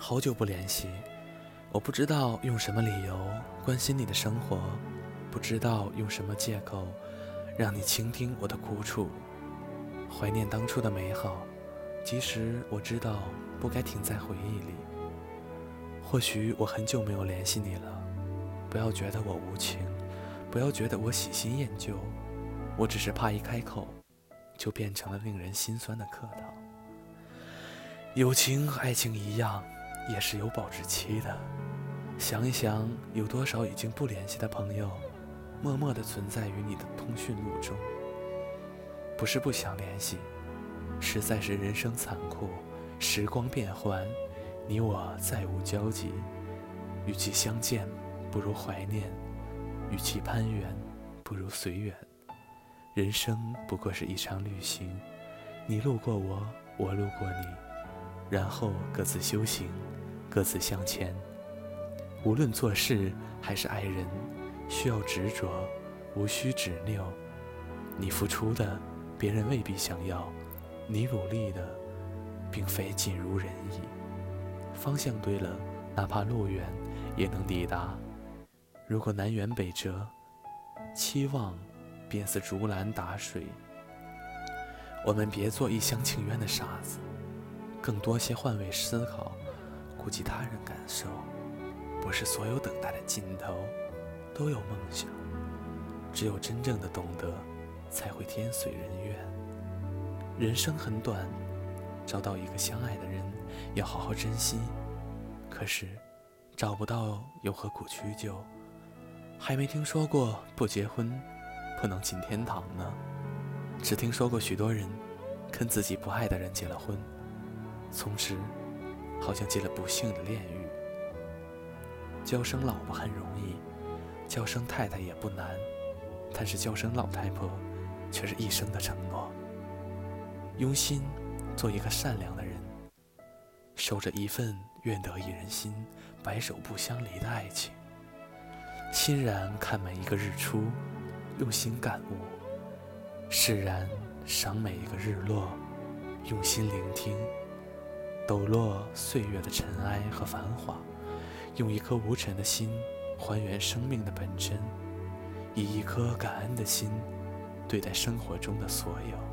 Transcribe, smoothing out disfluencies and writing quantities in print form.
好久不联系，我不知道用什么理由关心你的生活，不知道用什么借口让你倾听我的苦楚。怀念当初的美好，即使我知道不该停在回忆里。或许我很久没有联系你了，不要觉得我无情，不要觉得我喜新厌旧，我只是怕一开口就变成了令人心酸的客套。友情和爱情一样，也是有保质期的。想一想，有多少已经不联系的朋友，默默地存在于你的通讯录中。不是不想联系，实在是人生残酷，时光变幻，你我再无交集。与其相见，不如怀念；与其攀援，不如随缘。人生不过是一场旅行，你路过我，我路过你，然后各自修行，各自向前。无论做事还是爱人，需要执着，无需执拗。你付出的，别人未必想要；你努力的，并非尽如人意。方向对了，哪怕路远，也能抵达。如果南辕北辙，期望便似竹篮打水。我们别做一厢情愿的傻子，更多些换位思考，顾及他人感受。不是所有等待的尽头都有梦想，只有真正的懂得，才会天随人愿。人生很短，找到一个相爱的人，要好好珍惜。可是找不到又何苦屈就？还没听说过不结婚不能进天堂呢。只听说过许多人跟自己不爱的人结了婚，从此好像结了不幸的炼狱。叫声老婆很容易，叫声太太也不难，但是叫声老太婆却是一生的承诺。用心做一个善良的人，守着一份愿得一人心，白首不相离的爱情。欣然看每一个日出，用心感悟；释然赏每一个日落，用心聆听。抖落岁月的尘埃和繁华，用一颗无尘的心还原生命的本真，以一颗感恩的心对待生活中的所有。